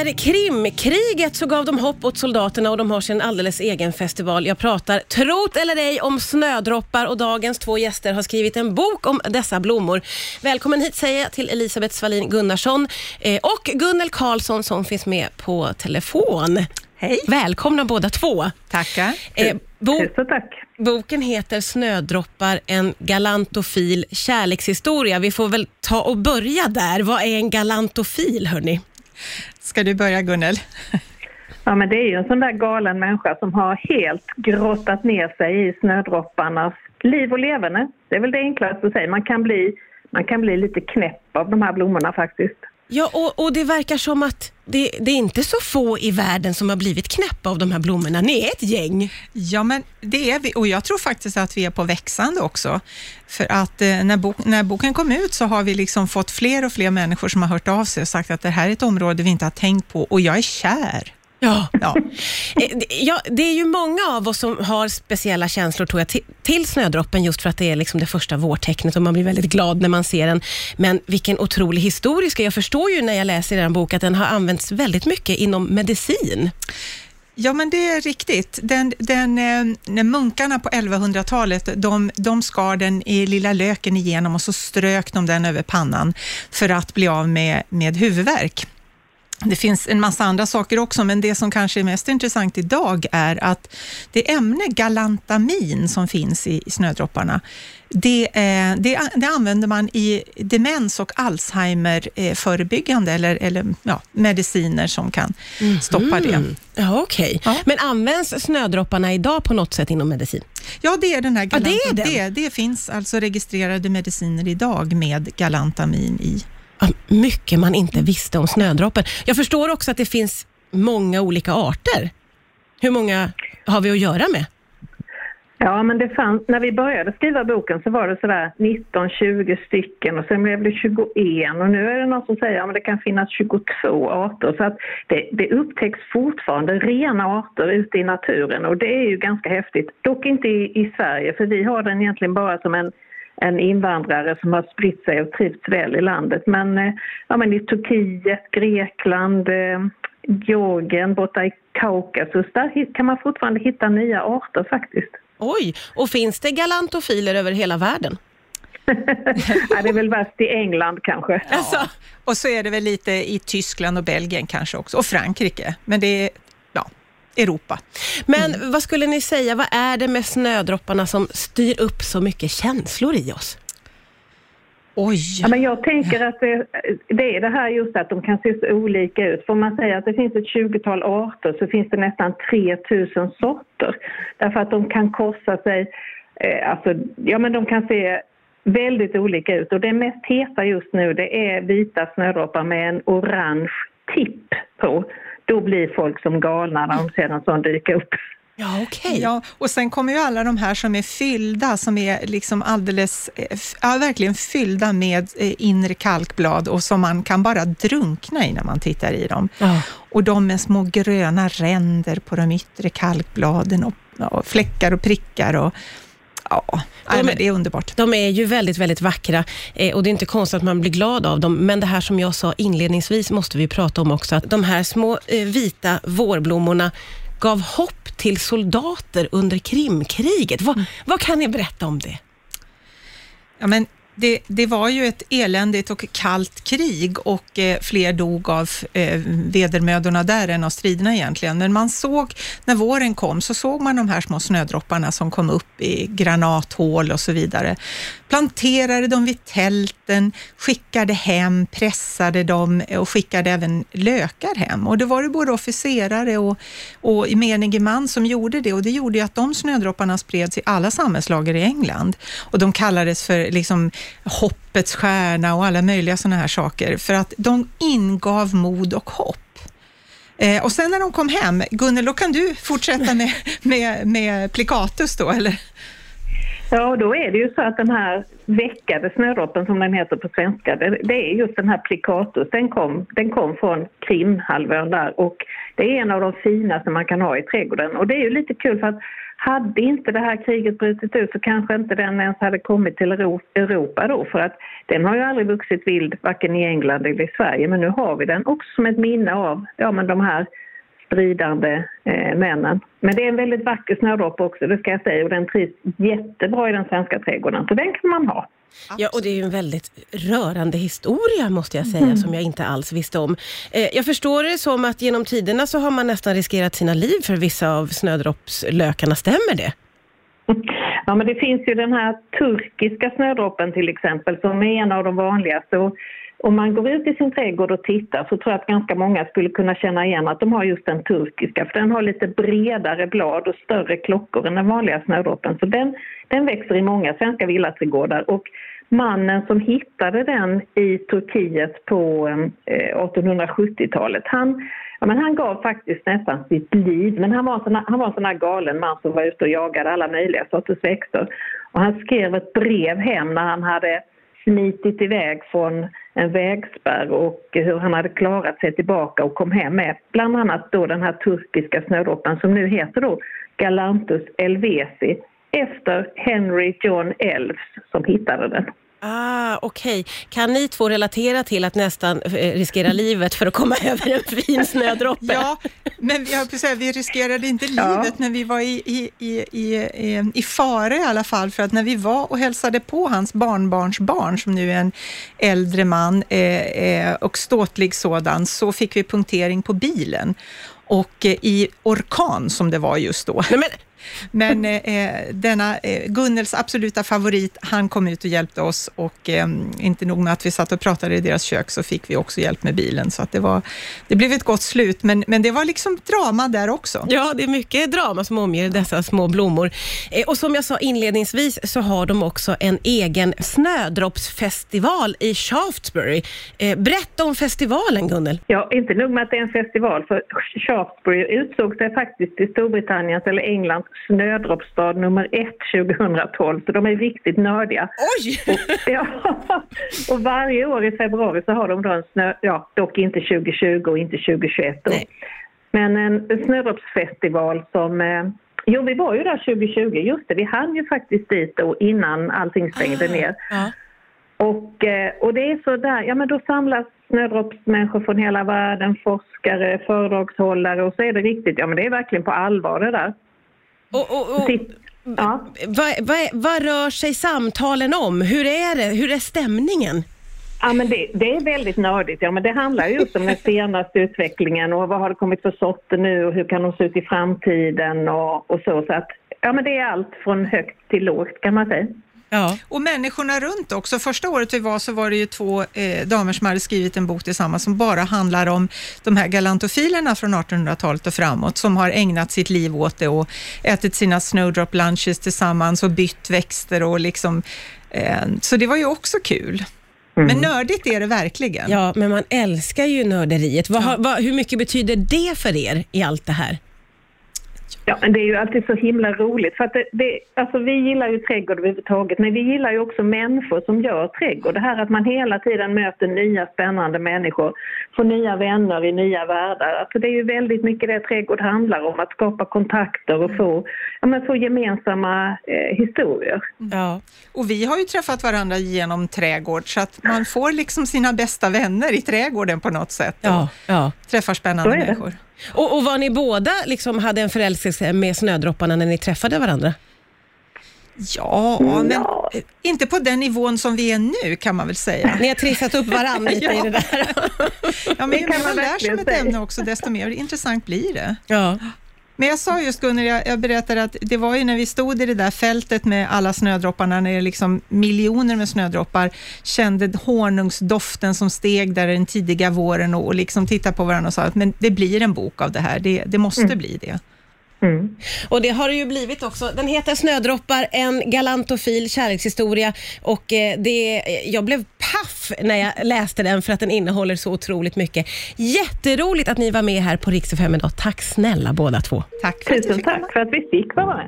Under Krimkriget så gav de hopp åt soldaterna och de har sin alldeles egen festival. Jag pratar, trot eller ej, om snödroppar och dagens 2 gäster har skrivit en bok om dessa blommor. Välkommen hit säger jag till Elisabeth Svalin Gunnarsson och Gunnel Karlsson som finns med på telefon. Hej. Välkomna båda två. Tackar. Tack. Boken heter Snödroppar, en galantofil kärlekshistoria. Vi får väl ta och börja där. Vad är en galantofil, hörni? Ska du börja, Gunnel? Ja, men det är ju en sån där galen människa som har helt grottat ner sig i snödropparnas liv och leverne. Det är väl det enklaste att säga. Man kan bli lite knäpp av de här blommorna faktiskt. Ja, och det verkar som att det är inte så få i världen som har blivit knäppa av de här blommorna. Ni är ett gäng. Ja, men det är vi. Och jag tror faktiskt att vi är på växande också. För att när boken kom ut så har vi liksom fått fler och fler människor som har hört av sig och sagt att det här är ett område vi inte har tänkt på. Och jag är kär. Ja. Ja, det är ju många av oss som har speciella känslor tror jag till snödroppen just för att det är liksom det första vårtecknet och man blir väldigt glad när man ser den. Men vilken otrolig historiska. Jag förstår ju när jag läser den bok att den har använts väldigt mycket inom medicin. Ja, men det är riktigt. När munkarna på 1100-talet, de skar den i lilla löken igenom och så strök de den över pannan för att bli av med huvudvärk. Det finns en massa andra saker också, men det som kanske är mest intressant idag är att det ämne galantamin som finns i snödropparna, det använder man i demens- och Alzheimer förebyggande eller mediciner som kan stoppa det. Ja, okej. Ja. Men används snödropparna idag på något sätt inom medicin? Ja, det är den här galantamin. Det finns alltså registrerade mediciner idag med galantamin i. Mycket man inte visste om snödroppen. Jag förstår också att det finns många olika arter. Hur många har vi att göra med? Ja, men det fanns, när vi började skriva boken så var det sådär 19-20 stycken och sen blev det 21 och nu är det någon som säger att det kan finnas 22 arter. Så att det upptäcks fortfarande rena arter ute i naturen och det är ju ganska häftigt. Dock inte i Sverige för vi har den egentligen bara som en invandrare som har spritt sig och trivts väl i landet. Men i Turkiet, Grekland, Georgien, borta i Kaukasus, där kan man fortfarande hitta nya arter faktiskt. Oj, och finns det galantofiler över hela världen? Ja, det är väl värst i England kanske. Ja. Alltså. Och så är det väl lite i Tyskland och Belgien kanske också, och Frankrike. Men det är Europa. Men vad skulle ni säga, vad är det med snödropparna som styr upp så mycket känslor i oss? Oj. Ja, men jag tänker att det är det här just att de kan se så olika ut. Får man säga att det finns ett 20-tal arter så finns det nästan 3000 sorter. Därför att de kan korsa sig, men de kan se väldigt olika ut. Och det mest heta just nu det är vita snödroppar med en orange tipp på. Då blir folk som galna när de ser en sån dyka upp. Ja, okej. Ja, och sen kommer ju alla de här som är fyllda, som är liksom alldeles, verkligen fyllda med inre kalkblad och som man kan bara drunkna i när man tittar i dem. Ja. Och de med små gröna ränder på de yttre kalkbladen och fläckar och prickar och men det är underbart. De är ju väldigt, väldigt vackra och det är inte konstigt att man blir glad av dem. Men det här som jag sa inledningsvis måste vi prata om också. Att de här små vita vårblommorna gav hopp till soldater under Krimkriget. Vad kan ni berätta om det? Ja, men det var ju ett eländigt och kallt krig och fler dog av vedermödorna där än av striderna egentligen. Men man såg, när våren kom så såg man de här små snödropparna som kom upp i granathål och så vidare. Planterade dem vid tälten, skickade hem, pressade dem och skickade även lökar hem. Och det var det både officerare och menige man som gjorde det. Och det gjorde ju att de snödropparna spreds i alla samhällslager i England. Och de kallades för liksom hoppets stjärna och alla möjliga sådana här saker. För att de ingav mod och hopp. Och sen när de kom hem, Gunnel, då kan du fortsätta med Plicatus då, eller? Ja, då är det ju så att den här väckade snödroppen som den heter på svenska, det är just den här plicatus. Den kom från Krimhalvön där och det är en av de finaste man kan ha i trädgården. Och det är ju lite kul för att hade inte det här kriget brutit ut så kanske inte den ens hade kommit till Europa då, för att den har ju aldrig vuxit vild varken i England eller i Sverige, men nu har vi den också som ett minne av de här stridande männen. Men det är en väldigt vacker snödroppe också, det ska jag säga, och den trivs jättebra i den svenska trädgården, så den kan man ha. Ja, och det är ju en väldigt rörande historia måste jag säga, som jag inte alls visste om. Jag förstår det som att genom tiderna så har man nästan riskerat sina liv för vissa av snödroppslökarna, stämmer det? Ja, men det finns ju den här turkiska snödroppen till exempel som är en av de vanligaste. Och om man går ut i sin trädgård och tittar så tror jag att ganska många skulle kunna känna igen att de har just den turkiska. För den har lite bredare blad och större klockor än den vanliga snödroppen. Så den växer i många svenska villaträdgårdar. Och mannen som hittade den i Turkiet på 1870-talet, han gav faktiskt nästan sitt liv. Men han var en sån här galen man som var ute och jagade alla möjliga sorters växter. Och han skrev ett brev hem när han hade smitit iväg från en vägspärr och hur han hade klarat sig tillbaka och kom hem med bland annat då den här turkiska snödroppen som nu heter då Galanthus elvesi efter Henry John Elves som hittade den. Okej. Kan ni två relatera till att nästan riskera livet för att komma över en fin snödroppe? Ja, men vi riskerade inte livet, men vi var i fara i alla fall, för att när vi var och hälsade på hans barnbarnsbarn, som nu är en äldre man och ståtlig sådan, så fick vi punktering på bilen. Och i orkan som det var just då. Men denna Gunnels absoluta favorit, han kom ut och hjälpte oss, och inte nog med att vi satt och pratade i deras kök så fick vi också hjälp med bilen, så att det blev ett gott slut, men det var liksom drama där också. Ja, det är mycket drama som omger dessa små blommor. Och som jag sa inledningsvis så har de också en egen snödroppsfestival i Shaftesbury. Berätta om festivalen, Gunnel. Ja, inte nog med att det är en festival, för Shaftesbury utsåg sig faktiskt till Storbritanniens eller Englands snödroppsstad nummer 1 2012, så de är riktigt nördiga. Oj! Och varje år i februari så har de då en dock inte 2020 och inte 2021 då. Men en snödroppsfestival som vi var ju där 2020, just det, vi hann ju faktiskt dit då innan allting stängde ner. Och det är så där, men då samlas snödroppsmänniskor från hela världen, forskare, föredragshållare, och så är det riktigt, men det är verkligen på allvar det där. Vad rör sig samtalen om? Hur är det? Hur är stämningen? Ja, men det är väldigt nördigt. Ja, men det handlar just om den senaste utvecklingen och vad har det kommit för sorter nu och hur kan de se ut i framtiden och så. Så att, men det är allt från högt till lågt kan man säga. Ja. Och människorna runt också. Första året vi var så var det ju 2 damer som hade skrivit en bok tillsammans som bara handlar om de här galantofilerna från 1800-talet och framåt, som har ägnat sitt liv åt det och ätit sina snowdrop lunches tillsammans och bytt växter och liksom, så det var ju också kul. Men nördigt är det verkligen. Ja, men man älskar ju nörderiet. Hur mycket betyder det för er i allt det här? Ja, men det är ju alltid så himla roligt för att alltså vi gillar ju trädgård överhuvudtaget, men vi gillar ju också människor som gör trädgård. Det här att man hela tiden möter nya spännande människor, får nya vänner i nya världar. Alltså det är ju väldigt mycket det trädgård handlar om, att skapa kontakter och få gemensamma historier. Ja, och vi har ju träffat varandra genom trädgård, så att man får liksom sina bästa vänner i trädgården på något sätt. Ja. Träffar spännande människor. Och var ni båda liksom hade en förälskelse med snödropparna när ni träffade varandra? Ja, men inte på den nivån som vi är nu kan man väl säga. Ni har trissat upp varandra lite i det där. Ja, men ju mer man lär sig om ett ämne också, desto mer intressant blir det. Ja. Men jag sa just, Gunnar, jag berättade att det var ju när vi stod i det där fältet med alla snödropparna, när det liksom miljoner med snödroppar, kände honungsdoften som steg där den tidiga våren och liksom tittade på varandra och sa att men det blir en bok av det här, det måste bli det. Mm. Och det har det ju blivit också. Den heter Snödroppar, en galantofil kärlekshistoria, och jag blev paff när jag läste den för att den innehåller så otroligt mycket. Jätteroligt att ni var med här på Rix FM idag. Tack snälla båda två. Tusen tack för att vi fick vara med.